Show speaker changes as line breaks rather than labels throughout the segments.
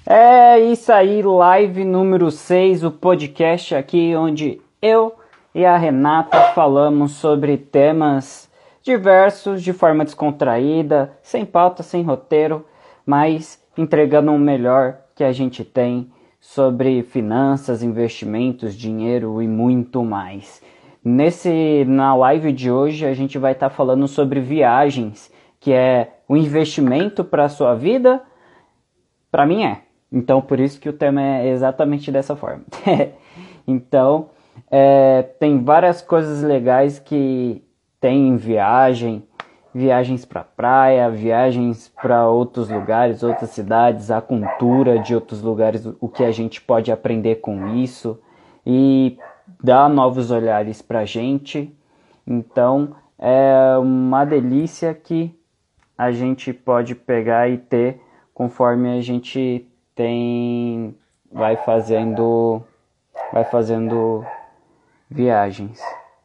É isso aí, live número 6, o podcast aqui onde eu e a Renata falamos sobre temas diversos de forma descontraída, sem pauta, sem roteiro, mas entregando o melhor que a gente tem sobre finanças, investimentos, dinheiro e muito mais. Na live de hoje a gente vai estar falando sobre viagens, que é o investimento para a sua vida. Para mim é. Então, por isso que o tema é exatamente dessa forma. Então, tem várias coisas legais que tem em viagem, viagens para praia, viagens para outros lugares, outras cidades, a cultura de outros lugares, o que a gente pode aprender com isso e dar novos olhares para a gente. Então, é uma delícia que a gente pode pegar e ter conforme a gente tem vai fazendo viagens.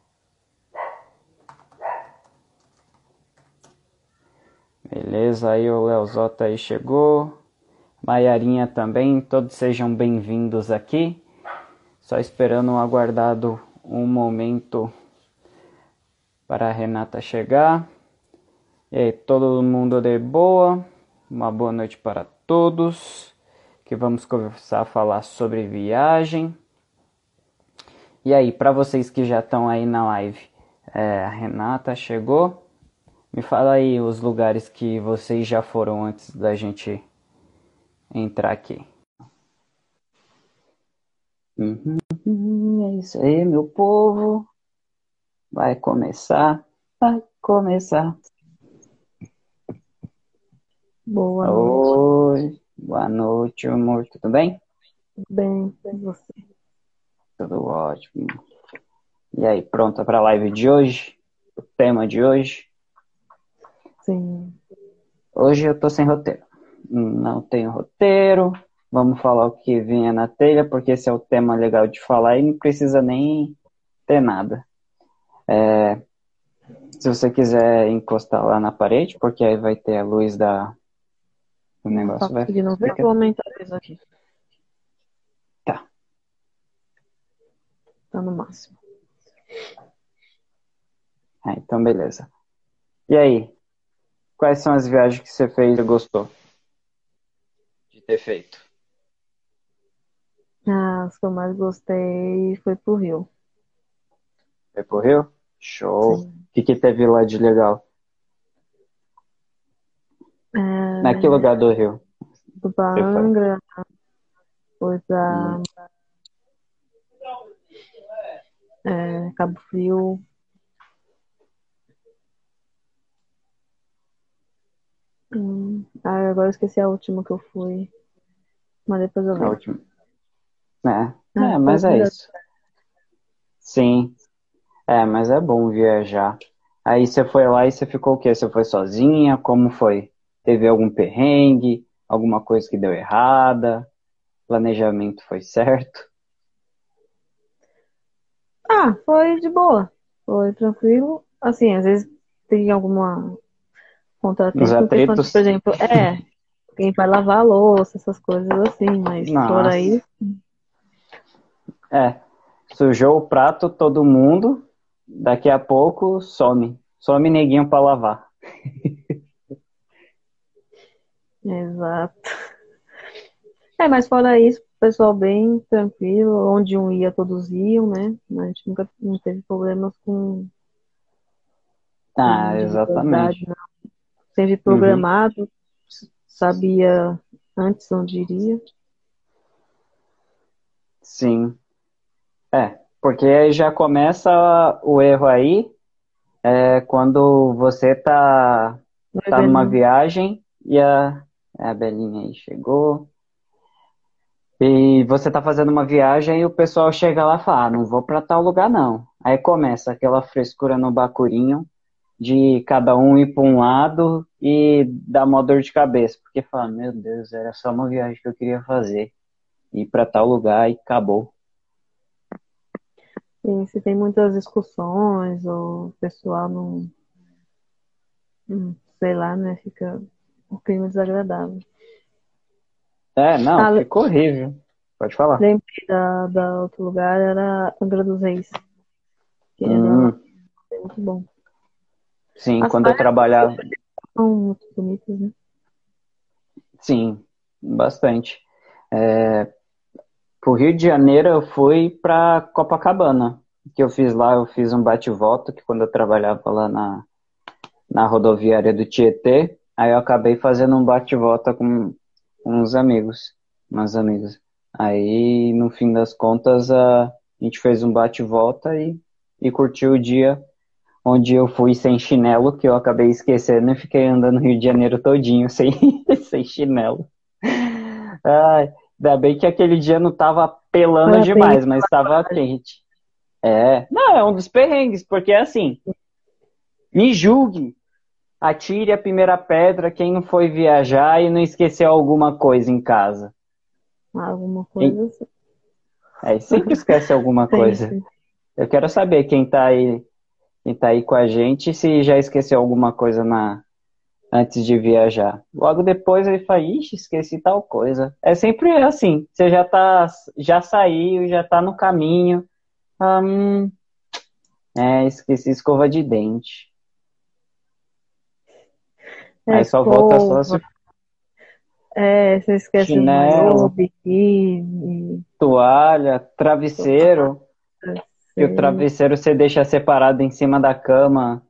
Beleza, aí o Leozota aí chegou. Maiarinha também, todos sejam bem-vindos aqui. Só esperando um aguardado um momento para a Renata chegar. E aí, todo mundo de boa? Uma boa noite para todos. Que vamos conversar, falar sobre viagem. E aí, para vocês que já estão aí na live, a Renata chegou. Me fala aí os lugares que vocês já foram antes da gente entrar aqui. É isso aí, meu povo. Vai começar, vai começar.
Boa noite.
Oi, boa noite, amor. Tudo bem?
Tudo bem, e você?
Tudo ótimo. E aí, pronta para a live de hoje? O tema de hoje?
Sim.
Hoje eu tô sem roteiro. Não tenho roteiro. Vamos falar o que vinha na telha, porque esse é o tema legal de falar e não precisa nem ter nada. Se você quiser encostar lá na parede, porque aí vai ter a luz do
Não tá
negócio, vai
conseguindo ver.
ficar.
Vou aumentar isso aqui.
Tá.
Tá no máximo.
Então beleza. E aí, quais são as viagens que você fez e gostou de ter feito?
As que eu mais gostei foi pro Rio.
Foi pro Rio? Show. O
Sim.
que teve lá de legal? Na que
É,
lugar do Rio
fui pra
você foi?
Angra, fui
Hum,
pra Cabo Frio. Agora eu esqueci a última que eu fui, mas depois eu
a
lembro.
última.
Foi
Mas
as
é
melhores.
isso. Sim, mas é bom viajar. Aí você foi lá e você ficou o quê? Você foi sozinha? Como foi? Teve algum perrengue? Alguma coisa que deu errada? Planejamento foi certo?
Foi de boa. Foi tranquilo. Assim, às vezes tem alguma
Os
contratempo, questão de, por
atritos?
exemplo, quem vai lavar a louça, essas coisas assim, mas fora
Nossa.
isso,
É, sujou o prato todo mundo, daqui a pouco some. Some neguinho pra lavar.
exato. Mas fora isso, o pessoal bem tranquilo, onde um ia, todos iam, né? A gente nunca não teve problemas com
Exatamente.
individualidade, não. Sempre
Uhum.
programado, sabia antes onde iria.
Sim. Porque aí já começa o erro aí, quando você
Vai
tá
ver,
numa
não.
viagem e a Belinha aí chegou. E você tá fazendo uma viagem e o pessoal chega lá e fala, não vou pra tal lugar não. Aí começa aquela frescura no bacurinho de cada um ir para um lado e dar uma dor de cabeça, porque fala, meu Deus, era só uma viagem que eu queria fazer, ir para tal lugar e acabou.
E se tem muitas discussões, ou o pessoal sei lá, né? Fica um clima desagradável.
Não,
Ah,
ficou horrível. Pode falar.
lembrei da outro lugar, era Angra dos Reis, que era
Hum,
muito bom.
sim,
As
quando eu
praias
trabalhava,
são muito bonitas, né?
sim, bastante. Pro Rio de Janeiro eu fui pra Copacabana. O que eu fiz lá, eu fiz um bate-volta, que quando eu trabalhava lá na rodoviária do Tietê, aí eu acabei fazendo um bate-volta com uns amigos, umas amigas. Aí, no fim das contas, a gente fez um bate-volta e curtiu o dia onde eu fui sem chinelo, que eu acabei esquecendo e fiquei andando no Rio de Janeiro todinho sem, sem chinelo. Ai, ainda bem que aquele dia não tava pelando
Parabéns
demais, mas
pela
estava
coragem.
quente. Não, é um dos perrengues, porque assim, me julgue, atire a primeira pedra quem não foi viajar e não esqueceu alguma coisa em casa.
Alguma
Quem-
coisa assim.
sempre esquece alguma coisa.
Sempre.
Eu quero saber quem tá aí com a gente, se já esqueceu alguma coisa antes de viajar. Logo depois ele fala, ixi, esqueci tal coisa. É sempre assim, você já saiu, já tá no caminho. Ah, esqueci escova de dente.
É,
Aí só volta só se
escova, você esquece o maiô,
chinelo,
biquíni,
toalha,
toalha,
travesseiro. E o
travesseiro.
travesseiro você deixa separado em cima da cama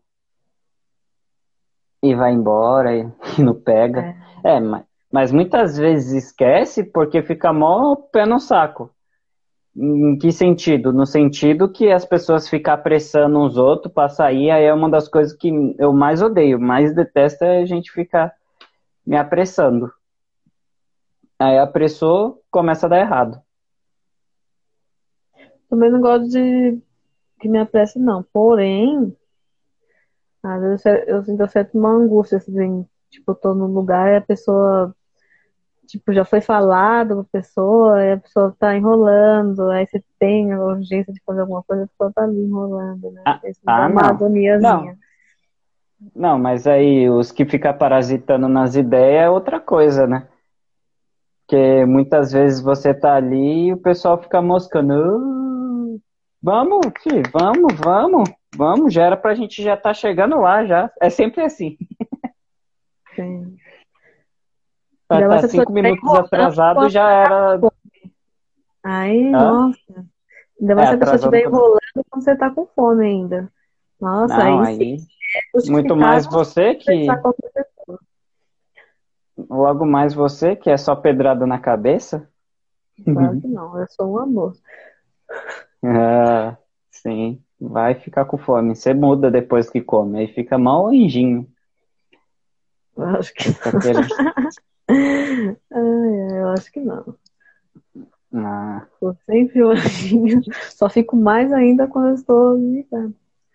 e vai embora e, e não pega.
É,
Mas muitas vezes esquece porque fica mó pé no saco. Em que sentido? No sentido que as pessoas ficam apressando os outros para sair, aí é uma das coisas que eu mais odeio, mais detesto é a gente ficar me apressando. Aí apressou, começa a dar errado.
também não gosto de que me apresse, não. Porém, às vezes eu sinto certo uma angústia, assim, tipo, eu tô num lugar e a pessoa, tipo, já foi falado com a pessoa, e a pessoa tá enrolando, aí você tem a urgência de fazer alguma coisa, a pessoa tá ali enrolando, né? Isso me dá uma
Não.
agoniazinha.
Não, não, mas aí os que ficam parasitando nas ideias é outra coisa, né? Porque muitas vezes você tá ali e o pessoal fica moscando. Vamos, filho, vamos, já era pra gente já tá chegando lá já. É sempre assim.
Sim.
Pra
Ainda mais
tá
se a pessoa
cinco
estiver
minutos
enrolando
atrasado
quando
já
você tá
era.
com fome. Aí,
Hã?
nossa. Ainda mais se a pessoa
Atrasado.
estiver enrolando quando você tá com fome ainda. Nossa,
Não,
aí sim,
aí.
é
Muito mais
justificável
você
conversar
que.
com outra pessoa.
Logo mais você que é só pedrada na cabeça.
Claro que não, eu sou um amor.
Ah, sim, vai ficar com fome. Você muda depois que come, aí fica mal anjinho.
Eu acho que
Aí fica querendo.
ai, ai, eu acho que não.
Ah,
Tô sempre um anjinho. Só fico mais ainda quando eu estou irritada.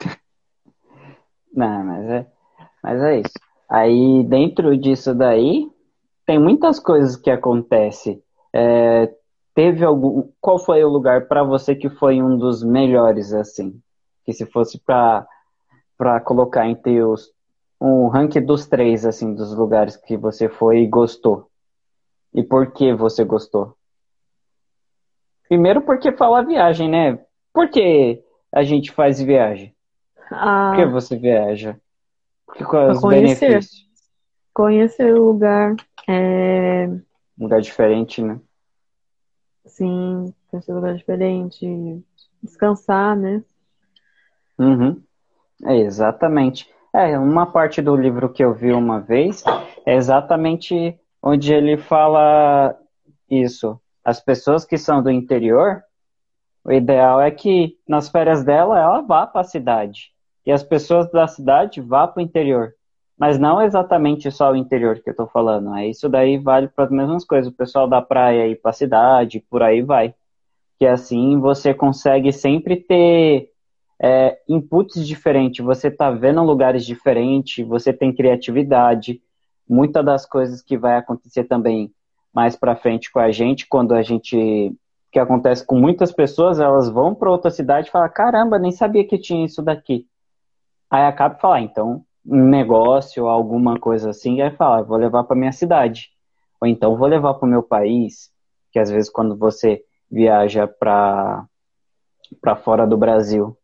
não, mas é isso. Aí dentro disso daí, tem muitas coisas que acontecem. Teve algum. Qual foi o lugar para você que foi um dos melhores, assim? Que se fosse para colocar entre os. Um ranking dos três, assim, dos lugares que você foi e gostou. E por que você gostou? Primeiro porque fala viagem, né? Por que a gente faz viagem? Por que
Ah,
você viaja? Quais
para
os
conhecer.
benefícios?
Conhecer o lugar.
Um lugar diferente, né?
Sim, conhecer um lugar diferente. Descansar, né?
Uhum. Exatamente. Uma parte do livro que eu vi uma vez é exatamente onde ele fala isso. As pessoas que são do interior, o ideal é que nas férias dela ela vá para a cidade e as pessoas da cidade vá para o interior. Mas não exatamente só o interior que eu estou falando. Isso daí vale para as mesmas coisas. O pessoal da praia ir para a cidade, por aí vai. Que assim você consegue sempre ter inputs diferentes, você está vendo lugares diferentes, você tem criatividade. Muitas das coisas que vai acontecer também mais para frente com a gente, quando a gente. Que acontece com muitas pessoas, elas vão para outra cidade e falam: caramba, nem sabia que tinha isso daqui. Aí acaba de falar, então, um negócio, alguma coisa assim, aí fala: vou levar para minha cidade. Ou então vou levar para o meu país, que às vezes quando você viaja para fora do Brasil.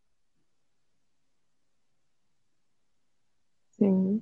Sim.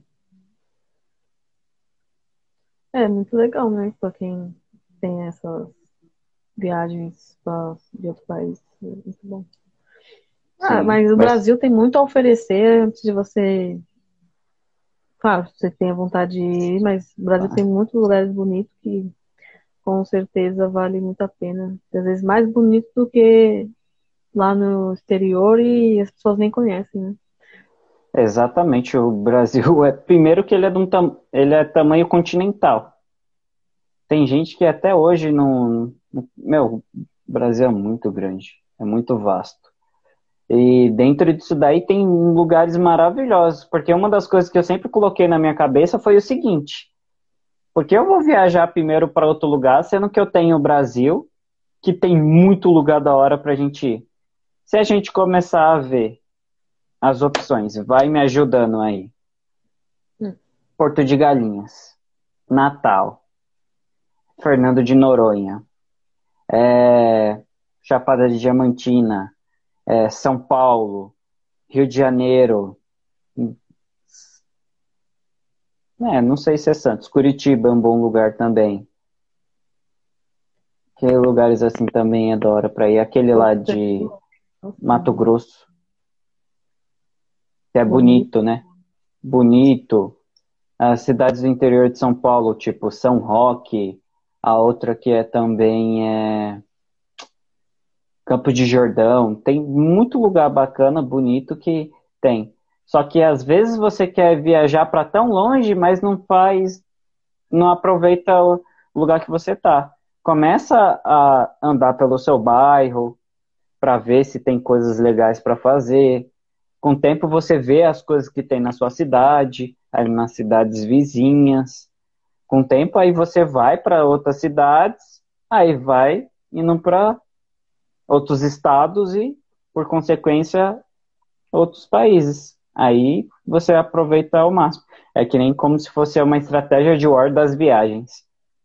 É muito legal, né? Pra quem tem essas viagens de outro país. É muito bom. Ah,
Sim,
mas o
mas
Brasil tem muito a oferecer antes de você. Claro, você tem a vontade de ir, mas o Brasil tem muitos lugares bonitos que com certeza vale muito a pena. Às vezes mais bonito do que lá no exterior e as pessoas nem conhecem, né?
exatamente o Brasil é primeiro que ele é ele é tamanho continental. Tem gente que até hoje não, meu, o Brasil é muito grande, é muito vasto. E dentro disso daí tem lugares maravilhosos, porque uma das coisas que eu sempre coloquei na minha cabeça foi o seguinte: porque eu vou viajar primeiro para outro lugar, sendo que eu tenho o Brasil, que tem muito lugar da hora para a gente ir. Se a gente começar a ver as opções, vai me ajudando aí.
Hum.
Porto de Galinhas, Natal, Fernando de Noronha, Chapada de Diamantina, São Paulo, Rio de Janeiro, não sei se é Santos, Curitiba é um bom lugar também. Que lugares assim também é da hora pra ir. Aquele lá de
Nossa,
Mato Grosso, que é
bonito.
bonito, né? Bonito. As cidades do interior de São Paulo, tipo São Roque, a outra que é também Campo de Jordão. Tem muito lugar bacana, bonito que tem. Só que às vezes você quer viajar para tão longe, mas não aproveita o lugar que você tá. Começa a andar pelo seu bairro para ver se tem coisas legais para fazer. Com o tempo você vê as coisas que tem na sua cidade, aí nas cidades vizinhas. Com o tempo aí você vai para outras cidades, aí vai indo para outros estados e, por consequência, outros países. Aí você aproveita ao máximo. É que nem como se fosse uma estratégia de war das viagens.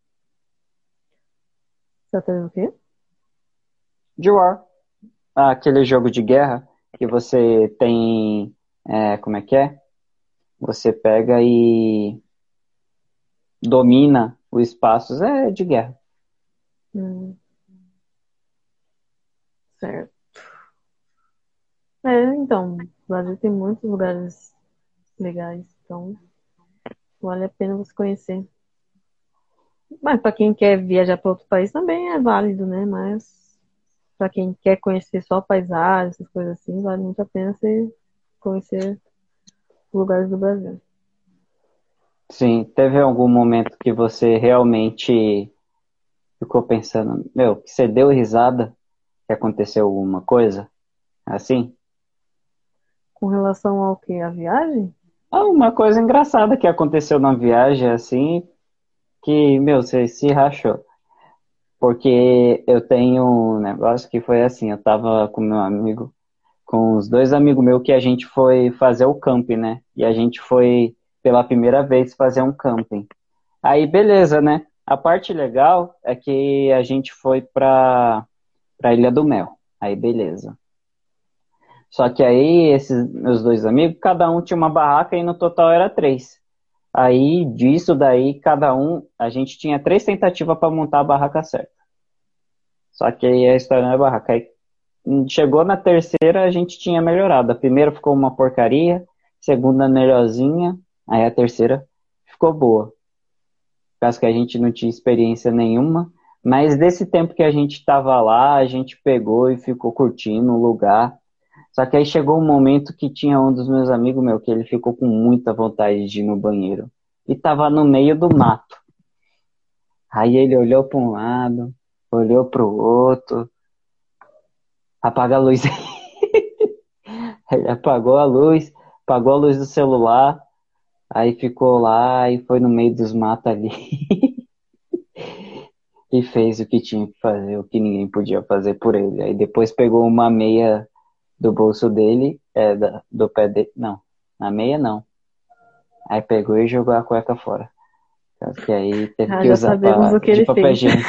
Você tá o quê?
De war, aquele jogo de guerra que você tem, como é que é? Você pega e domina o espaço, é de guerra.
Hum, certo. É, então, o Brasil tem muitos lugares legais, então vale a pena você conhecer. Mas para quem quer viajar para outro país também é válido, né? Mas para quem quer conhecer só paisagens, essas coisas assim, vale muito a pena você conhecer os lugares do Brasil.
Sim, teve algum momento que você realmente ficou pensando, meu, que você deu risada, que aconteceu alguma coisa? Assim?
Com relação ao que? A viagem?
Uma coisa engraçada que aconteceu na viagem, assim, que, meu, você se rachou. Porque eu tenho um negócio que foi assim, eu tava com meu amigo, com os dois amigos meus que a gente foi fazer o camping, né? E a gente foi pela primeira vez fazer um camping. Aí, beleza, né? A parte legal é que a gente foi pra Ilha do Mel. Aí, beleza. Só que aí, esses meus dois amigos, cada um tinha uma barraca e no total era três. Aí, disso daí, cada um, a gente tinha três tentativas para montar a barraca certa. Só que aí a história não é barraca. Aí, chegou na terceira, a gente tinha melhorado. A primeira ficou uma porcaria, a segunda melhorzinha, aí a terceira ficou boa. Por causa que a gente não tinha experiência nenhuma. Mas desse tempo que a gente estava lá, a gente pegou e ficou curtindo o lugar. Só que aí chegou um momento que tinha um dos meus amigos meu que ele ficou com muita vontade de ir no banheiro. E tava no meio do mato. Aí ele olhou para um lado, olhou para o outro, apaga a luz. Ele apagou a luz do celular, aí ficou lá e foi no meio dos matos ali e fez o que tinha que fazer, o que ninguém podia fazer por ele. Aí depois pegou uma meia do bolso dele, do pé dele, não, na meia não. Aí pegou e jogou a cueca fora. Que aí teve que
Já
usar
sabemos o que
de
ele
papel
fez.
higiênico.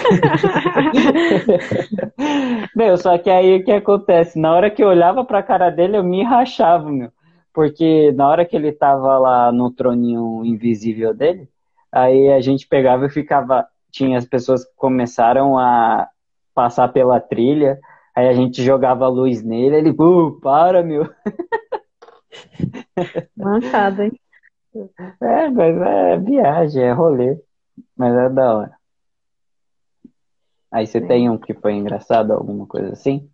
Meu, só que aí o que acontece? Na hora que eu olhava pra cara dele, eu me rachava, meu. Porque na hora que ele tava lá no troninho invisível dele, aí a gente pegava e ficava. Tinha as pessoas que começaram a passar pela trilha, aí a gente jogava luz nele, ele, para, meu.
Mancada, hein?
É, mas é viagem, é rolê, mas é da hora. Aí você tem
Sim.
um que foi engraçado, alguma coisa assim?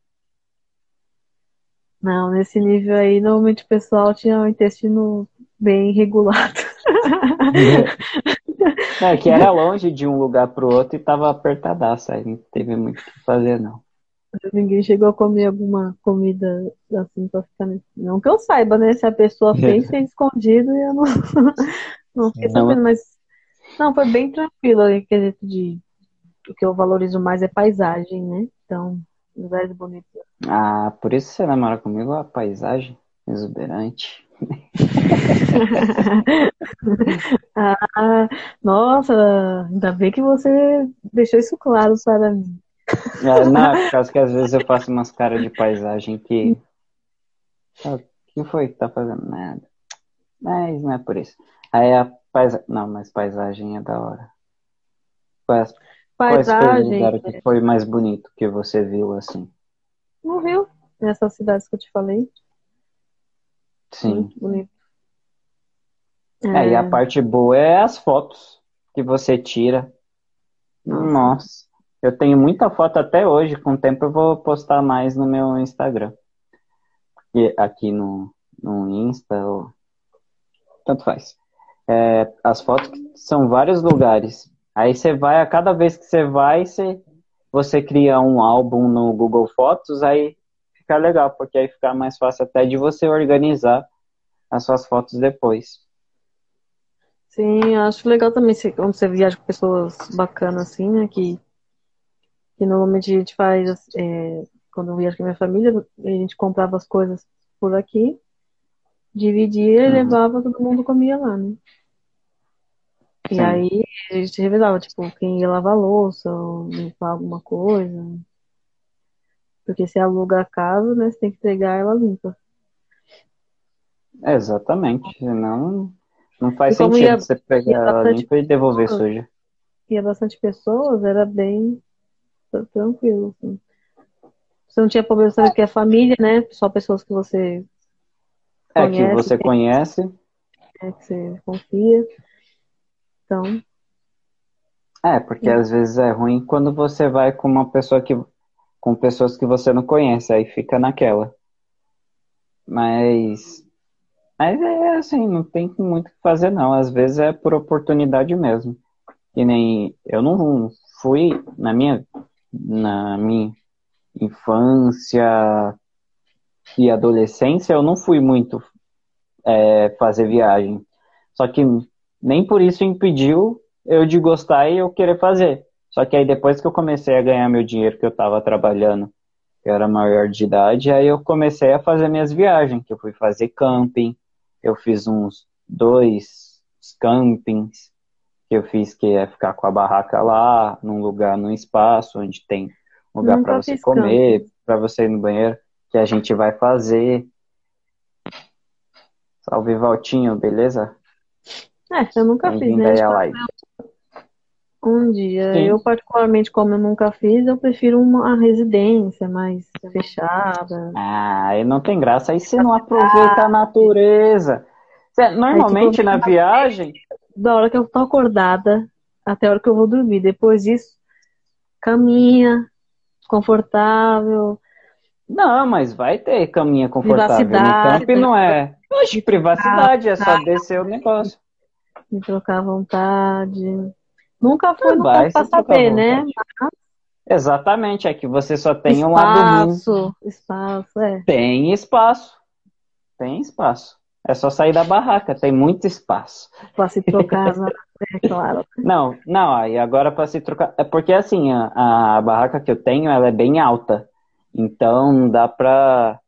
Não, nesse nível aí, normalmente o pessoal tinha o intestino bem regulado.
Não, é que era longe de um lugar pro outro e tava apertadaço, aí não teve muito o que fazer, não.
Ninguém chegou a comer alguma comida assim pra ficar nesse... Não que eu saiba, né? Se a pessoa fez escondido e eu não, não fiquei
Não,
sabendo, mas não, foi bem tranquilo em quesito de o que eu valorizo mais é paisagem, né? Então, lugares bonitos.
ah, por isso você namora comigo, a paisagem exuberante.
Ah, nossa, ainda bem que você deixou isso claro para mim.
É, não, é por causa que às vezes eu faço umas caras de paisagem que. Ah, o que foi que tá fazendo? Nada. Mas não é por isso. Aí a paisagem. Não, mas paisagem é da hora. Quais, quais foi o
Paisagem,
lugar que foi mais bonito que você viu assim?
não viu? Nessas cidades que eu te falei,
Sim.
muito bonito.
É, e a
É,
parte boa é as fotos que você tira.
nossa,
Nossa, eu tenho muita foto até hoje. Com o tempo eu vou postar mais no meu Instagram. E aqui no Insta, ou... tanto faz. É, as fotos são vários lugares. Aí você vai, a cada vez que você vai, você cria um álbum no Google Fotos, aí fica legal, porque aí fica mais fácil até de você organizar as suas fotos depois.
sim, eu acho legal também quando você viaja com pessoas bacanas assim, né? Que normalmente a gente faz, quando eu viajo com a minha família, a gente comprava as coisas por aqui, dividia e
Uhum.
levava, todo mundo comia lá, né? E
Sim,
aí a gente revezava, tipo, quem ia lavar a louça ou limpar alguma coisa. Porque se aluga a casa, né, você tem que entregar ela limpa.
exatamente. Senão não
E
faz
como
sentido você pegar
ia
ela
bastante
limpa e devolver
pessoas,
suja.
era bem tranquilo, assim. Você não tinha problema, sabe, que é família, né? Só pessoas que você
É que
conhece,
você conhece.
que você confia. Então,
É, porque às vezes é ruim quando você vai com uma pessoa com pessoas que você não conhece, aí fica naquela. Mas, mas é assim, não tem muito o que fazer não. Às vezes é por oportunidade mesmo. Que nem eu não fui na minha infância e adolescência, eu não fui muito fazer viagem. Só que nem por isso impediu eu de gostar e eu querer fazer. Só que aí depois que eu comecei a ganhar meu dinheiro que eu estava trabalhando, eu era maior de idade, aí eu comecei a fazer minhas viagens, que eu fui fazer camping, eu fiz uns 2 campings, que eu fiz que é ficar com a barraca lá, num lugar, num espaço onde tem lugar para
nunca
você
fiz camping.
comer, para você ir no banheiro, que a gente vai fazer. Salve Valtinho, beleza?
Eu nunca fiz,
Bem-vindo
né?
aí
Acho
à
que
live.
um dia. Eu,
Sim.
particularmente, como eu nunca fiz, eu prefiro uma residência mais fechada.
Ah, aí não tem graça. Aí você não aproveita a natureza.
Aí, tipo,
Normalmente na viagem.
da hora que eu tô acordada até a hora que eu vou dormir. Depois disso, caminha, confortável,
Não, mas vai ter caminha confortável. No
privacidade,
camping não é. Oxe,
me trocar,
privacidade, é só descer o negócio.
me trocar à vontade. Nunca fui
Ah,
no campo
vai
pra
se trocar à
saber, né?
vontade. Exatamente, é que você só tem o lado ruim.
Espaço, é.
Tem espaço. Tem espaço. É só sair da barraca, tem muito espaço.
Pra se trocar, é claro.
Não, não, aí agora para se trocar. É porque assim, a barraca que eu tenho, ela é bem alta. Então dá pra.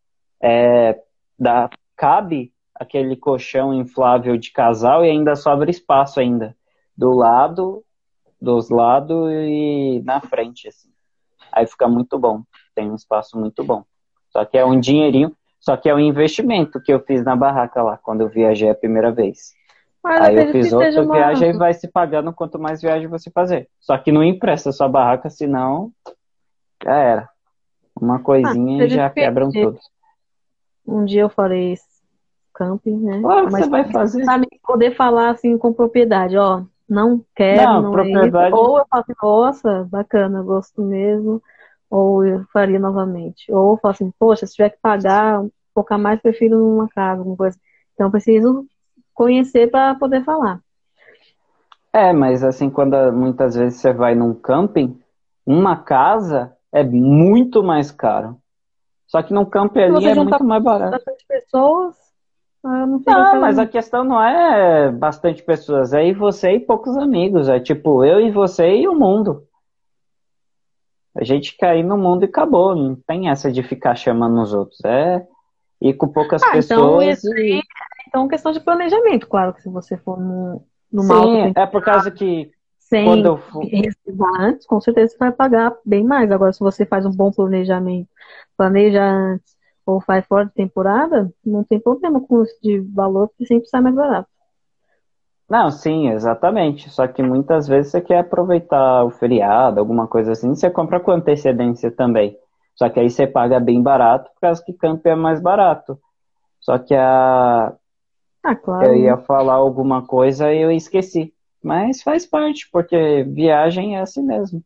Cabe aquele colchão inflável de casal e ainda sobra espaço ainda. do lado, dos lados e na frente, assim. Aí fica muito bom. Tem um espaço muito bom. Só que é um dinheirinho, só que é um investimento que eu fiz na barraca lá, quando eu viajei a primeira vez.
Mas
Aí eu
acredito
fiz
que seja
outra
uma.
viagem e vai se pagando quanto mais viagem você fazer. Só que não empresta sua barraca, senão já era. Uma coisinha e
Acredito
já quebram
que
tudo.
um dia eu farei camping, né?
Claro que você
Mas
vai fazer.
pra mim poder falar assim com propriedade, ó, não quero,
Não,
não é isso.
propriedade.
Ou eu falo assim, nossa, bacana, gosto mesmo, ou eu faria novamente. Ou eu falo assim, poxa, se tiver que pagar um pouco a mais, prefiro numa casa, alguma coisa. Então eu preciso conhecer para poder falar.
É, mas assim, quando muitas vezes você vai num camping, uma casa é muito mais caro. Só que num camping
Se
ali
você
é
juntar
muito mais barato.
bastante pessoas, não fica
Não,
caro
mas a
não.
questão não é bastante pessoas, é ir você e poucos amigos. É tipo, eu e você e o mundo. A gente quer ir no mundo e acabou. Não tem essa de ficar chamando os outros. É ir com poucas
Então
pessoas
isso
e.
então questão de planejamento, claro que se você for numa alta
Sim, é por
temporada
causa que quando
sem
eu for.
reservar antes, com certeza você vai pagar bem mais. Agora, se você faz um bom planejamento, planeja antes ou faz fora de temporada, não tem problema com isso de valor, porque sempre sai mais barato.
Não, sim, exatamente. Só que muitas vezes você quer aproveitar o feriado, alguma coisa assim, você compra com antecedência também. Só que aí você paga bem barato, por causa que campo é mais barato. Só que
Ah,
eu
claro,
ia
né?
falar alguma coisa e eu esqueci. Mas faz parte, porque viagem é assim mesmo.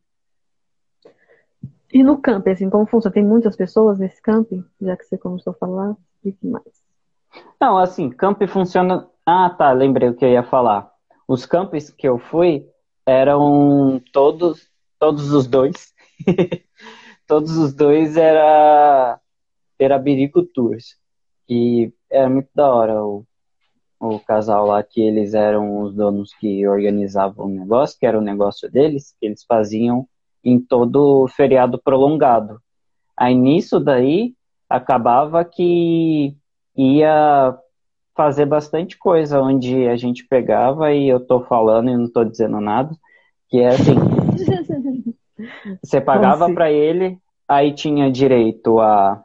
E no camping, assim, como funciona? Tem muitas pessoas nesse camping, já que você começou a falar, explique mais.
Não, assim, camp funciona. Ah, tá, lembrei o que eu ia falar. Os campos que eu fui eram todos os dois. Todos os dois era Birico Tours. E era muito da hora o casal lá, que eles eram os donos que organizavam o negócio, que era o negócio deles, que eles faziam em todo feriado prolongado. Aí nisso daí acabava que ia fazer bastante coisa, onde a gente pegava e eu tô falando e não tô dizendo nada, que é assim, você
Como
pagava
se.
para ele, aí tinha direito a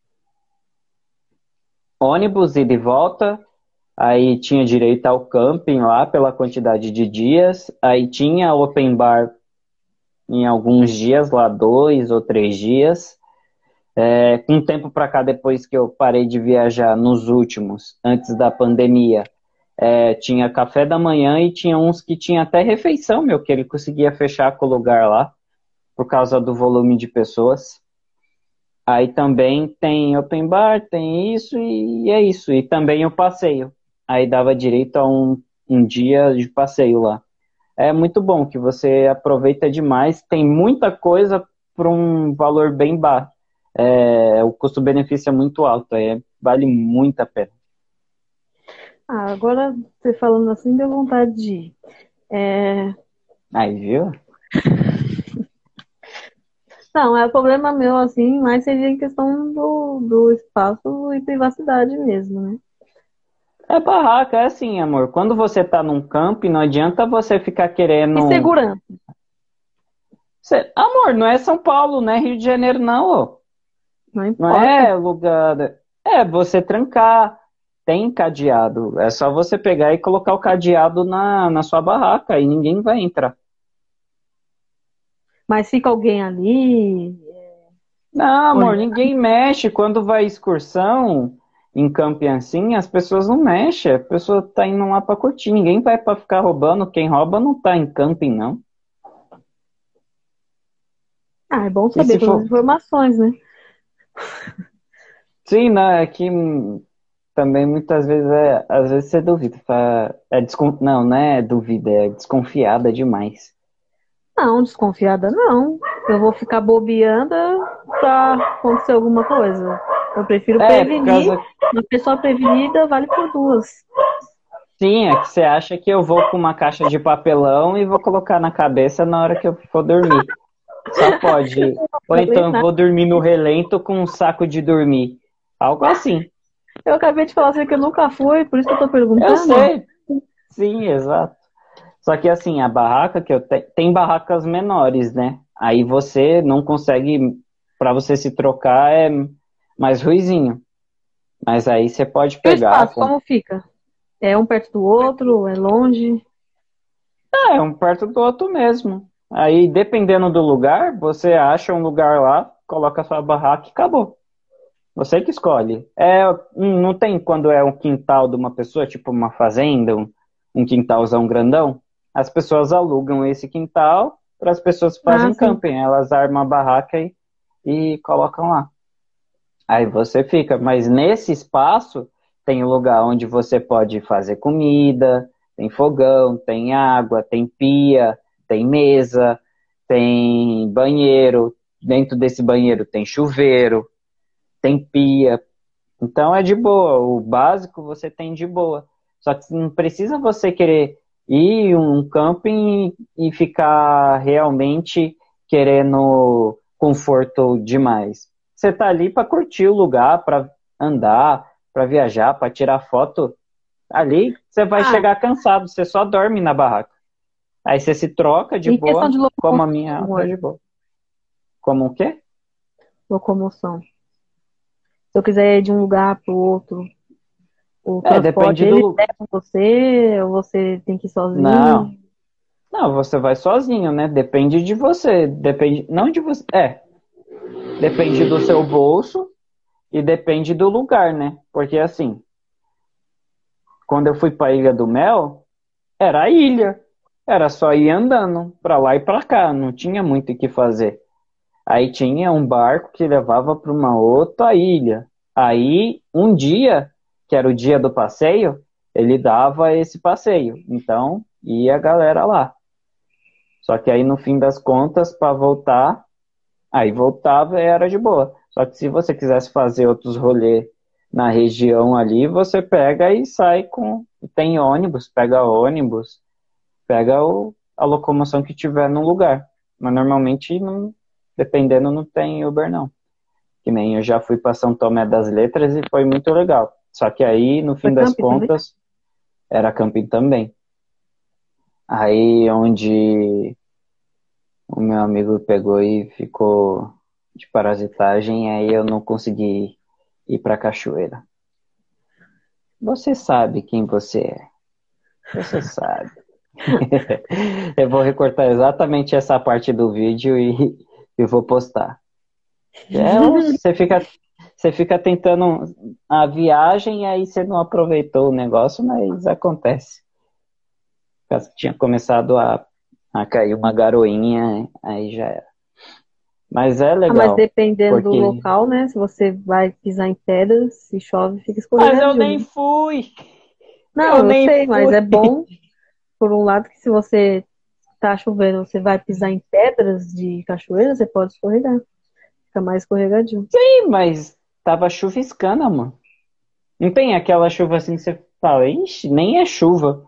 ônibus e de volta, aí tinha direito ao camping lá pela quantidade de dias, aí tinha open bar em alguns dias, lá 2 ou 3 dias. Com tempo para cá, depois que eu parei de viajar nos últimos, antes da pandemia, tinha café da manhã e tinha uns que tinha até refeição, meu, que ele conseguia fechar com o lugar lá, por causa do volume de pessoas. Aí também tem open bar, tem isso e é isso. E também o passeio. Aí dava direito a um dia de passeio lá. É muito bom que você aproveita demais. Tem muita coisa por um valor bem baixo. O custo-benefício é muito alto. Vale muito a pena.
Ah, agora você falando assim, deu vontade de ir. É,
Aí, viu?
não, é o problema meu, assim, mas seria em questão do espaço e privacidade mesmo, né?
É barraca, é assim, amor. Quando você tá num camping, não adianta você ficar
E
querendo.
segurança,
Amor, não é São Paulo, não é Rio de Janeiro, não, ô.
não
Não
importa.
é lugar. É você trancar. Tem cadeado. É só você pegar e colocar o cadeado na sua barraca e ninguém vai entrar.
Mas fica alguém ali
Não, amor,
olhando.
ninguém mexe. Quando vai excursão em camping assim, as pessoas não mexem. A pessoa tá indo lá pra curtir. Ninguém vai pra ficar roubando. Quem rouba não tá em camping, não.
Ah, é bom
E
saber
se
todas as
for.
informações, né?
Sim, né? É que também muitas vezes às vezes você duvida. Não, não é duvida, é desconfiada demais.
Não, desconfiada não. Eu vou ficar bobeando pra acontecer alguma coisa. Eu prefiro
Por
prevenir.
causa.
Uma pessoa prevenida vale por duas.
Sim, é que você acha que eu vou com uma caixa de papelão e vou colocar na cabeça na hora que eu for dormir. Só pode. Ou
Não falei
então eu
nada.
vou dormir no relento com um saco de dormir. Algo assim.
Eu acabei de falar assim que eu nunca fui, por isso que eu tô
Eu
perguntando.
sei. Sim, exato. Só que assim, a barraca que eu tenho, tem barracas menores, né? Aí você não consegue, para você se trocar é mais ruizinho. Mas aí você pode
E o
pegar,
espaço, como fica? É um perto do outro? É longe?
é um perto do outro mesmo. Aí, dependendo do lugar, você acha um lugar lá, coloca a sua barraca e acabou. Você que escolhe. Não tem quando é um quintal de uma pessoa, tipo uma fazenda, um quintalzão grandão. As pessoas alugam esse quintal para as pessoas que
Ah,
fazem
sim.
camping. Elas armam a barraca e colocam lá. Aí você fica. Mas nesse espaço tem um lugar onde você pode fazer comida, tem fogão, tem água, tem pia, tem mesa, tem banheiro. Dentro desse banheiro tem chuveiro, tem pia. Então é de boa, o básico você tem de boa. Só que não precisa você querer ir em um camping e ficar realmente querendo conforto demais. Você tá ali para curtir o lugar, para andar, para viajar, para tirar foto. Ali você vai
Ah,
chegar cansado, você só dorme na barraca. Aí você se troca de
em questão
boa,
de
como
locomoção,
a minha
como
tá
é?
de boa. Como o quê?
Locomoção. Se eu quiser ir de um lugar para o outro, o transporte,
Depende
ele
do.
leva você ou você tem que ir
Não,
sozinho?
Não, você vai sozinho, né? Depende de você. Depende. Não de você. Depende do seu bolso e depende do lugar, né? Porque assim, quando eu fui pra Ilha do Mel, era a ilha. Era só ir andando pra lá e pra cá. Não tinha muito o que fazer. Aí tinha um barco que levava para uma outra ilha. Aí, um dia, que era o dia do passeio, ele dava esse passeio. Então, ia a galera lá. Só que aí, no fim das contas, para voltar, aí voltava e era de boa. Só que se você quisesse fazer outros rolês na região ali, você pega e sai com. Tem ônibus, pega ônibus, pega a locomoção que tiver no lugar. Mas normalmente, não, dependendo, não tem Uber, não. Que nem eu já fui para São Tomé das Letras e foi muito legal. Só que aí, no
Foi
fim das
camping também?
contas, era camping também. Aí onde o meu amigo pegou e ficou de parasitagem, aí eu não consegui ir pra cachoeira. Você sabe quem você é. Você sabe. Eu vou recortar exatamente essa parte do vídeo e vou postar. Você fica tentando a viagem e aí você não aproveitou o negócio, mas acontece. Caso tinha começado a cair uma garoinha, aí já era. Mas é
Ah, mas
legal,
dependendo do
porque
local, né? Se você vai pisar em pedras, se chove, fica
mas eu
escorregadio,
nem
né?
fui. Eu
Não, eu
nem
sei, mas
fui.
é bom, por um lado, que se você tá chovendo, você vai pisar em pedras de cachoeira, você pode escorregar. Fica mais escorregadio.
Sim, mas tava chuviscando, mano. Não tem aquela chuva assim que você fala, ixi, nem é chuva,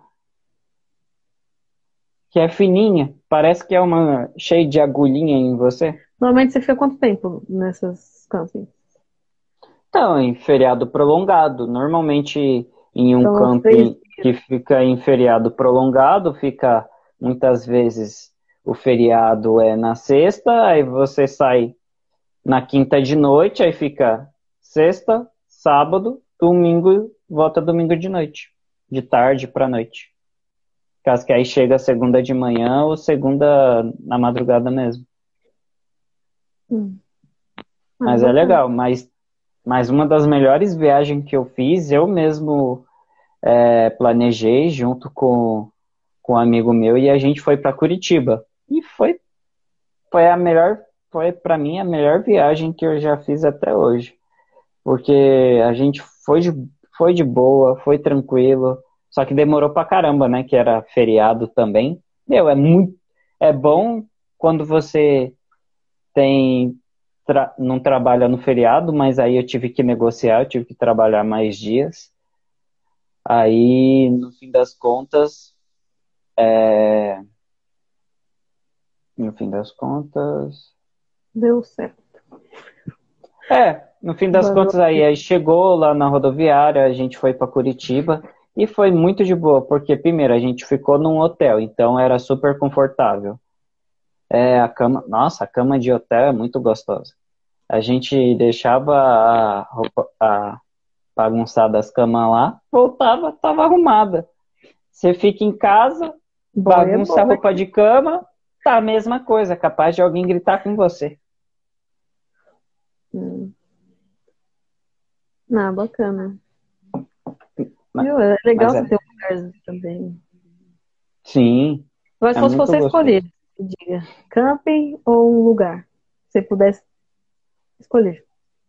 que é fininha. Parece que é uma cheia de agulhinha em você.
Normalmente você fica quanto tempo nessas campings?
Então, em feriado prolongado. Normalmente em um
Então, uns 3
camping que fica em feriado prolongado, fica muitas vezes o feriado é na sexta, aí você sai na quinta de noite, aí fica sexta, sábado, domingo, volta domingo de noite, de tarde para noite. Caso que aí chega segunda de manhã ou segunda na madrugada mesmo.
dias. Ah,
Mas é
bacana.
legal, mas uma das melhores viagens que eu fiz, eu mesmo planejei junto com um amigo meu e a gente foi para Curitiba. E foi a melhor, foi para mim a melhor viagem que eu já fiz até hoje. Porque a gente foi de boa, foi tranquilo, só que demorou pra caramba, né? Que era feriado também. Meu, é bom quando você não trabalha no feriado, mas aí eu tive que negociar, eu tive que trabalhar mais dias. Aí, no fim das contas, no fim das contas,
Deu certo.
no fim das
Valeu.
contas aí chegou lá na rodoviária, a gente foi para Curitiba E foi muito de boa, porque primeiro a gente ficou num hotel, então era super confortável. A cama, nossa, a cama de hotel é muito gostosa. A gente deixava a roupa, a bagunçada das camas lá, voltava, tava arrumada. Você fica em casa,
Boy é
bagunça a
boy.
roupa de cama, tá a mesma coisa, capaz de alguém gritar com você.
Hum. Ah, bacana.
Mas,
Viu? É legal
mas
você
é,
ter um lugar também.
sim,
Mas
é
se fosse
muito
você
gostoso.
escolher, diga, camping ou um lugar? Se você pudesse escolher.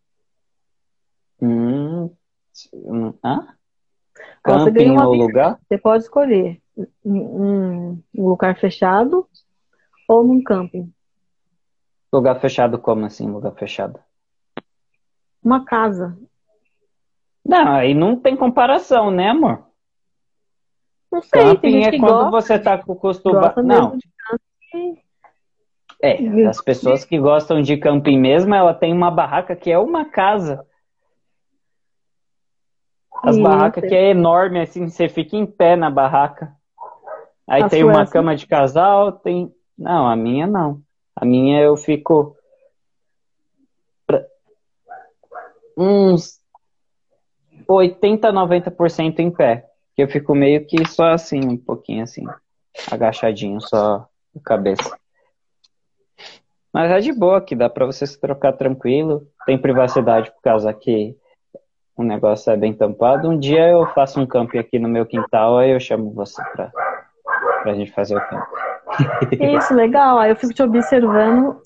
Hum, hã?
Ó, você ganha
Camping
uma
ou
viagem.
lugar?
Você pode escolher um lugar fechado ou num camping.
Lugar fechado como assim, lugar fechado?
Uma casa.
Não, aí não tem comparação, né, amor?
Não sei, tem
Camping
gente
é
que
quando você tá com o costume.
gosta mesmo
Não,
de camping.
as pessoas que gostam de camping mesmo, ela tem uma barraca que é uma casa. As barracas que
Isso.
é enorme, assim, você fica em pé na barraca. Aí
A
tem
sua é
uma
assim?
cama de casal, tem. Não, a minha não. A minha eu fico uns 80, 90% em pé. Que eu fico meio que só assim, um pouquinho assim, agachadinho, só a cabeça. Mas é de boa, que dá pra você se trocar tranquilo. Tem privacidade por causa que o negócio é bem tampado. Um dia eu faço um camping aqui no meu quintal, aí eu chamo você pra gente fazer o camping.
Isso, legal. Aí eu fico te observando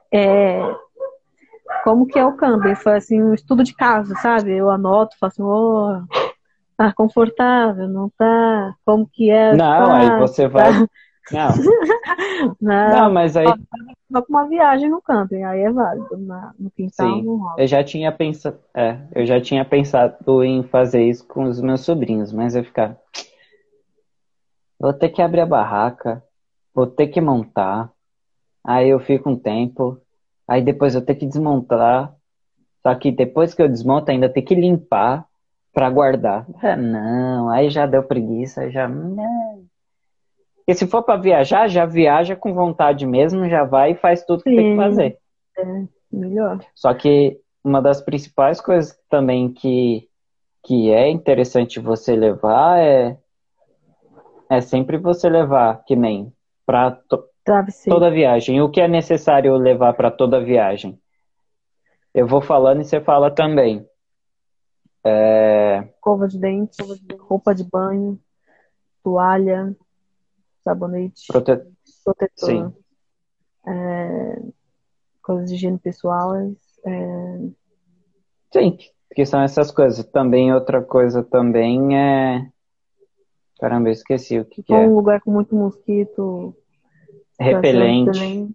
como que é o camping. Foi assim, um estudo de caso, sabe? Eu anoto, faço, oh, tá confortável, não tá? Como que é o
Não, aí
espaço,
você
tá?
vai. Não, não,
Não,
mas aí.
só com uma viagem no camping, aí é válido. No quintal
Sim,
não rola.
eu já tinha pensado em fazer isso com os meus sobrinhos, mas eu ficar, vou ter que abrir a barraca, vou ter que montar, aí eu fico um tempo, aí depois eu tenho que desmontar, só que depois que eu desmonto ainda tem que limpar para guardar. Não, aí já deu preguiça, já não. Porque se for para viajar, já viaja com vontade mesmo, já vai e faz tudo que tem que
Sim,
fazer.
melhor.
Só que uma das principais coisas também que é interessante você levar é sempre você levar, que nem para
Travesseiro,
toda viagem. O que é necessário levar para toda viagem? Eu vou falando e você fala também.
escova de dente, roupa de banho, toalha, sabonete,
Prote...
protetor,
Sim,
coisas de higiene pessoal.
sim, que são essas coisas. Também outra coisa também é. Caramba, eu esqueci o que
Se
que
for um
é.
lugar com muito mosquito, pra ser
Repelente,
repelente,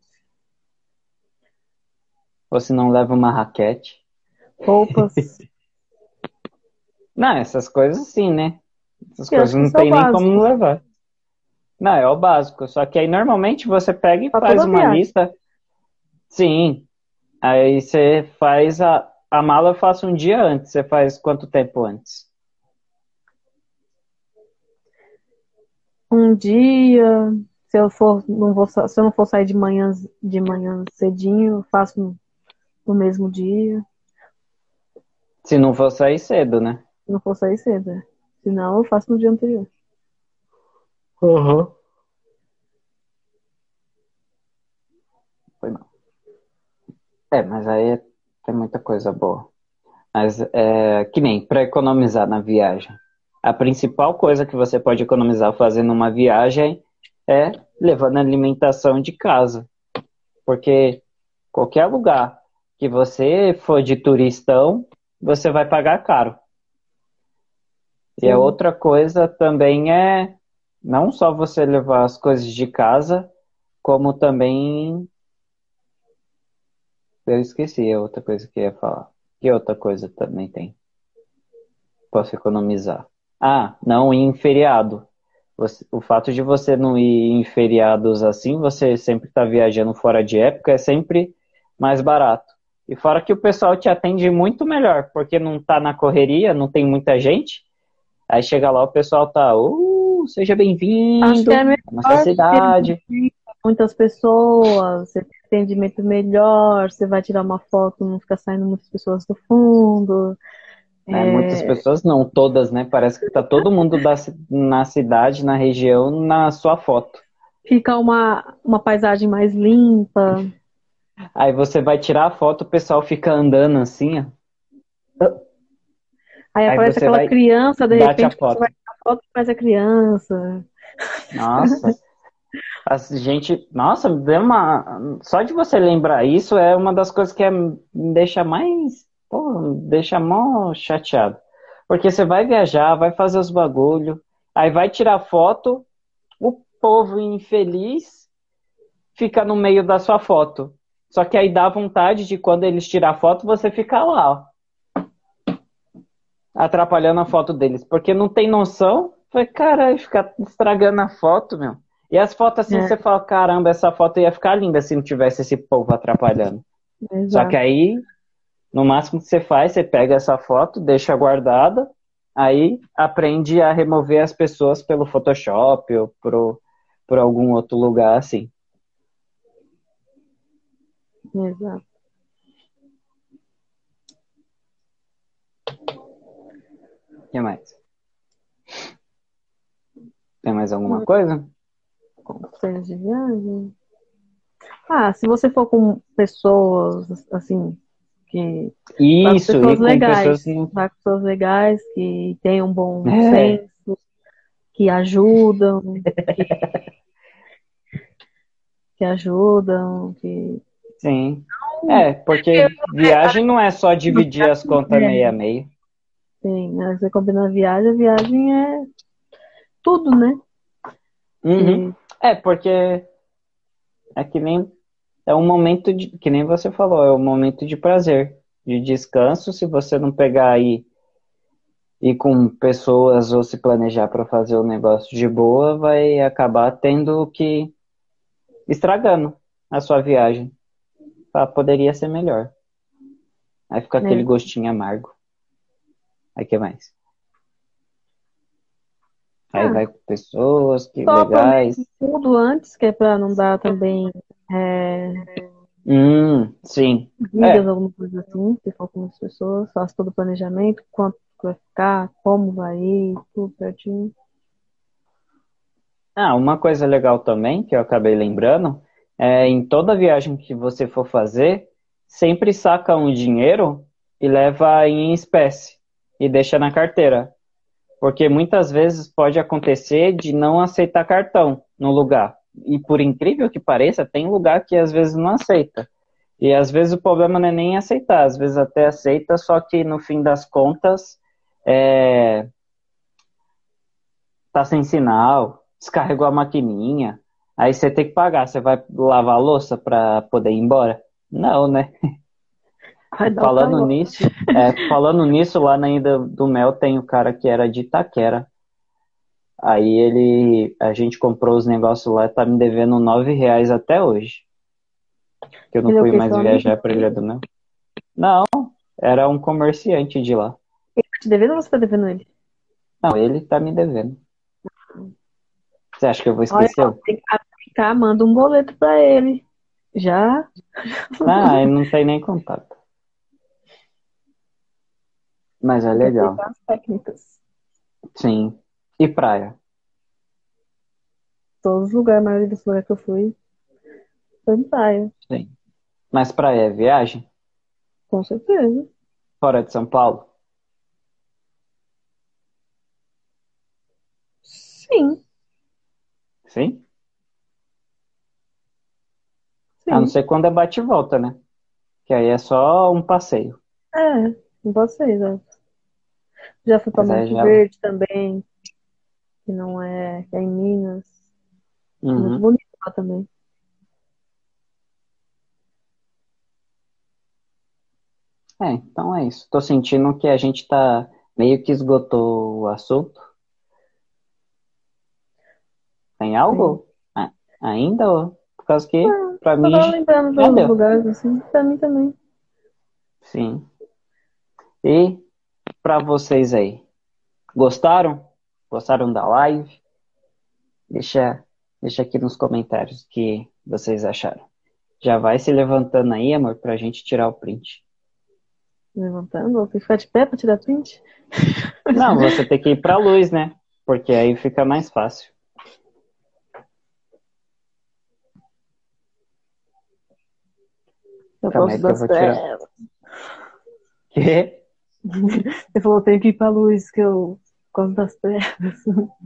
ou se não leva uma raquete.
roupas,
Não, essas coisas sim, né? Essas
eu
coisas
acho que
não
isso é o
tem nem como
básico
não levar. Não, é o básico. Só que aí normalmente você pega e
para
faz
toda
uma
viagem.
lista. Sim. Aí você faz a mala, eu faço um dia antes. Você faz quanto tempo antes?
Um dia, se eu for, não vou, se eu não for sair de manhã cedinho, eu faço no mesmo dia.
Se não for sair cedo, né?
Se não for sair cedo, né? Senão eu faço no dia anterior.
Uhum. Foi não. Mas aí tem muita coisa boa. Mas que nem para economizar na viagem. A principal coisa que você pode economizar fazendo uma viagem é levando alimentação de casa. Porque qualquer lugar que você for de turistão, você vai pagar caro. E a
Sim.
outra coisa também é não só você levar as coisas de casa, como também. Eu esqueci a outra coisa que eu ia falar. Que outra coisa também tem? Posso economizar. Ah, não ir em feriado. O fato de você não ir em feriados assim, você sempre está viajando fora de época, é sempre mais barato. E fora que o pessoal te atende muito melhor, porque não está na correria, não tem muita gente. Aí chega lá, o pessoal tá, seja
Acho que
bem-vindo
é melhor
à nossa cidade.
ter muitas pessoas, você tem atendimento melhor, você vai tirar uma foto, não fica saindo muitas pessoas do fundo.
Né? Muitas
É,
pessoas não, todas, né? Parece que tá todo mundo na cidade, na região, na sua foto.
fica uma paisagem mais limpa.
Aí você vai tirar a foto, o pessoal fica andando assim, ó.
Aí
Aí
aparece
você
aquela
vai,
criança, de
bate a
repente você vai
foto.
tirar a foto e faz a criança.
Nossa, a gente, nossa, deu uma, só de você lembrar isso é uma das coisas que me deixa mais, pô, me deixa mó chateado. Porque você vai viajar, vai fazer os bagulho, aí vai tirar foto, o povo infeliz fica no meio da sua foto. Só que aí dá vontade de quando eles tirar a foto, você ficar lá, ó, atrapalhando a foto deles, porque não tem noção. Foi, cara, ficar estragando a foto, meu. E as fotos assim,
É,
você fala, caramba, essa foto ia ficar linda se não tivesse esse povo atrapalhando. Só que
exato.
aí, no máximo que você faz, você pega essa foto, deixa guardada, aí aprende a remover as pessoas pelo Photoshop ou por algum outro lugar assim.
Exato.
O que mais? Tem mais alguma coisa?
Conselhos de viagem. Ah, se você for com pessoas, assim, que. Vai com
Isso,
pessoas
e com
legais.
pessoas que não.
Vai com pessoas legais, que têm um bom
É,
senso, que ajudam, que ajudam, que.
sim.
Não,
É, porque viagem não é só dividir as contas meio a meio.
sim, né? Você combina a viagem é tudo, né?
Uhum.
Que,
É, porque é que nem é um momento de, que nem você falou, é um momento de prazer, de descanso. Se você não pegar aí e com pessoas ou se planejar para fazer o negócio de boa, vai acabar tendo que estragando a sua viagem. Ah, poderia ser melhor. Aí fica aquele
né?
gostinho amargo. Aí que mais? Aí
Ah,
vai com pessoas que
só
legais.
planeje tudo antes, que é pra não dar também
Sim.
vidas,
É.
alguma coisa assim, se for com as pessoas, faça todo o planejamento, quanto que vai ficar, como vai ir, tudo certinho.
Ah, uma coisa legal também, que eu acabei lembrando, é em toda viagem que você for fazer, sempre saca um dinheiro e leva em espécie e deixa na carteira. Porque muitas vezes pode acontecer de não aceitar cartão no lugar. E por incrível que pareça, tem lugar que às vezes não aceita. E às vezes o problema não é nem aceitar, às vezes até aceita, só que no fim das contas é, tá sem sinal, descarregou a maquininha, aí você tem que pagar. Você vai lavar a louça para poder ir embora? Não, né?
Vai dar o
Falando
calote.
nisso, falando nisso, lá na Ilha do Mel tem o cara que era de Itaquera. Aí a gente comprou os negócios lá, tá me devendo R$ 9 até hoje, que eu não
Ele é o
fui
que?
mais
Seu amigo?
viajar pra Ilha do Mel. Não, era um comerciante de lá.
Ele tá te devendo ou você tá devendo ele?
Não, ele tá me devendo. Você acha que eu vou
Olha, ó,
esquecer?
tem que aplicar, manda um boleto pra ele. Já,
Ah, ele não tem nem contato. Mas é
tem que
legal.
aplicar as técnicas.
Sim. E praia?
Todos os lugares, a maioria dos lugares que eu fui, foi em praia,
Sim. Mas praia é viagem?
com certeza.
Fora de São Paulo?
Sim,
Sim. A não
sim.
ser quando é bate e volta, né? Que aí é só um passeio.
É, com vocês, ó. Já fui pra
Mas aí
Monte
já.
Verde também, que não é, que é em Minas. Muito
Uhum.
bonito lá também.
É, então é isso. Tô sentindo que a gente tá meio que esgotou o assunto. Tem
Sim.
algo? Ainda? Por causa que, pra
Só
mim,
tava lembrando
já
dos
deu.
lugares, assim, pra mim também.
Sim. E pra vocês aí? Gostaram? Gostaram da live? Deixa aqui nos comentários o que vocês acharam. Já vai se levantando aí, amor, pra gente tirar o print.
Levantando, vou ter que ficar de pé pra tirar print?
Não, você tem que ir pra luz, né? Porque aí fica mais fácil.
Eu
Calma
gosto
aí que eu
das
vou tirar.
trevas.
Quê?
Você falou, tem que ir pra luz, que eu gosto das trevas.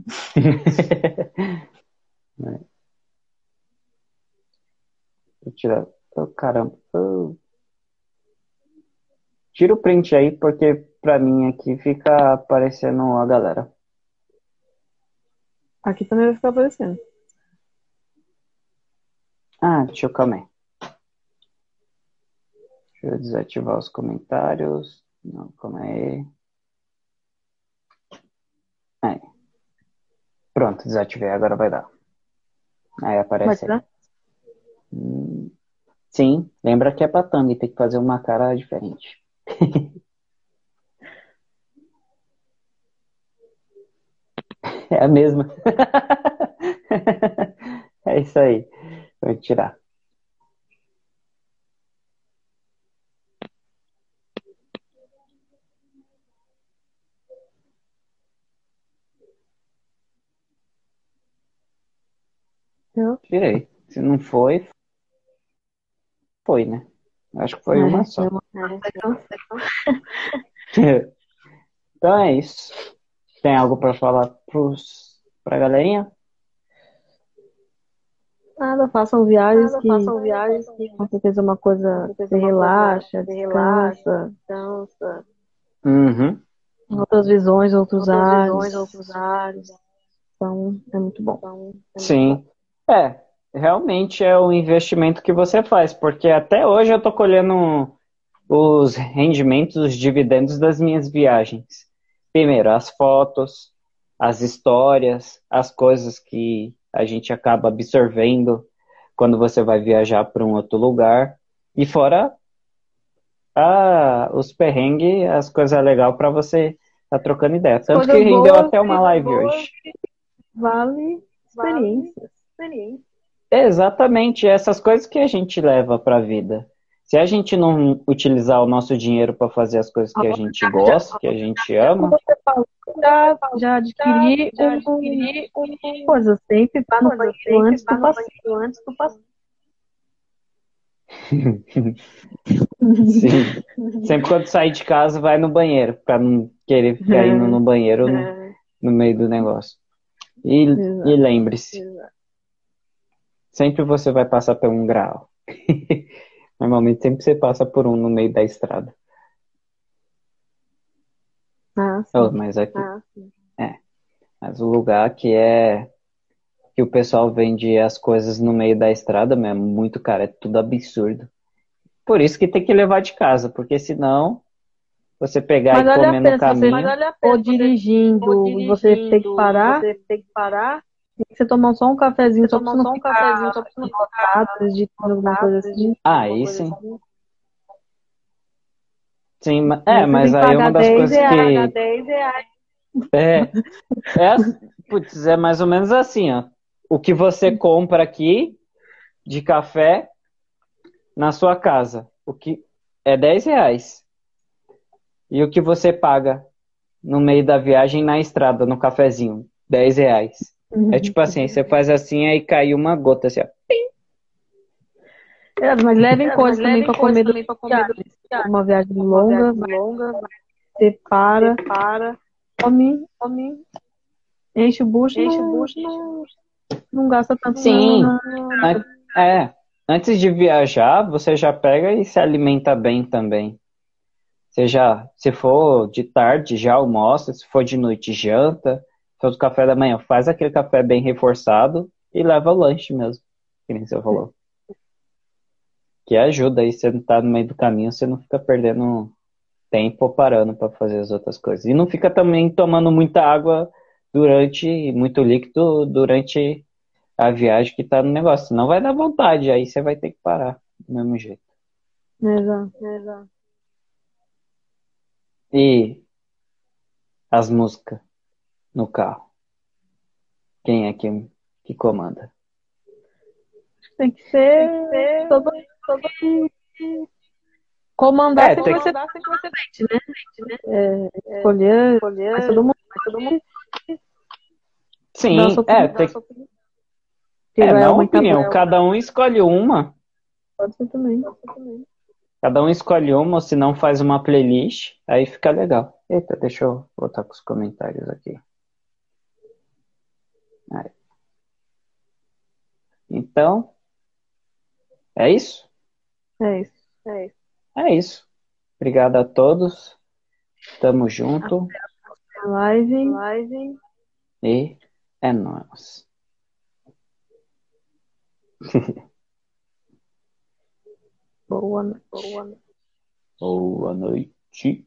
Vou tirar. Oh, caramba. Oh. Tira o print aí, porque pra mim aqui fica aparecendo a galera.
Aqui também vai ficar aparecendo.
Ah, deixa eu calma aí. Deixa eu desativar os comentários. Não, calma aí. Aí. Pronto, desativei, agora vai dar. Aí
Vai
aparece aí.
tirar?
Sim, lembra que é pra thumb, tem que fazer uma cara diferente. É a mesma. É isso aí. Vou tirar.
Eu?
Tirei. Se não foi, foi, né? Acho que foi uma só. Então é isso. Tem algo pra falar pra galerinha?
Nada, façam viagens que com certeza é uma coisa que você relaxa, descansa,
Uhum.
outras visões, outros ares. Então, é muito bom.
Sim. É, realmente é o investimento que você faz, porque até hoje eu tô colhendo os rendimentos, os dividendos das minhas viagens. Primeiro, as fotos, as histórias, as coisas que a gente acaba absorvendo quando você vai viajar para um outro lugar. E fora os perrengues, as coisas legais para você estar trocando ideia. Tanto que
Coisas
rendeu
boas
até uma live hoje.
vale experiência.
É exatamente essas coisas que a gente leva para a vida. Se a gente não utilizar o nosso dinheiro para fazer as coisas que a gente gosta, que a gente
Como
ama,
você falou, já adquiri coisa. Sempre vá no banheiro antes do passeio.
sim. Sempre quando sair de casa, vai no banheiro, para não querer ficar indo no banheiro no meio do negócio. E
Exato.
lembre-se, sempre você vai passar por um grau. Normalmente sempre você passa por um no meio da estrada.
Ah,
Oh,
sim.
mas aqui, mas o lugar que o pessoal vende as coisas no meio da estrada mesmo, muito caro, é tudo absurdo. Por isso que tem que levar de casa, porque senão você pegar e
Mas olha a
comer no
pena, se você
caminho.
for dirigindo e você ter que parar, e você tomar só um cafezinho só pra você não ficar lotado, digitando alguma coisa assim.
Ah, aí sim. Sim,
Aí você tem
mas
que
aí é uma
pagar
das
10
coisas
reais.
que é, putz, é mais ou menos assim, ó. O que você compra aqui de café na sua casa, o que é 10 reais. E o que você paga no meio da viagem na estrada, no cafezinho, 10 reais. É tipo assim, você faz assim, aí cai uma gota assim, ó.
É, mas levem coisas também para comer durante a viagem. Se for uma viagem longa, você para, come, enche o bucho, não gasta tanto
Sim,
na.
é. Antes de viajar, você já pega e se alimenta bem também. Se for de tarde, já almoça, se for de noite, janta. Se for do café da manhã, faz aquele café bem reforçado e leva o lanche mesmo, que nem você falou. Que ajuda aí, você não tá no meio do caminho, você não fica perdendo tempo parando para fazer as outras coisas. E não fica também tomando muita água muito líquido durante a viagem que tá no negócio. Não vai dar vontade, aí você vai ter que parar do mesmo jeito.
Exato.
E as músicas? no carro? Quem é que comanda?
Tem que ser todo comandar tem que vai ser frente, né? Escolher, mas todo mundo dá
Sim,
sua opinião. Que vai
na
aumentar
opinião,
muito.
cada um escolhe uma.
Pode ser também.
Cada um escolhe uma, ou se não faz uma playlist, aí fica legal. Eita, deixa eu voltar com os comentários aqui. Aí. Então, é isso?
É isso.
É isso. Obrigado a todos. Tamo junto
A live.
e é nóis.
Boa
Boa noite.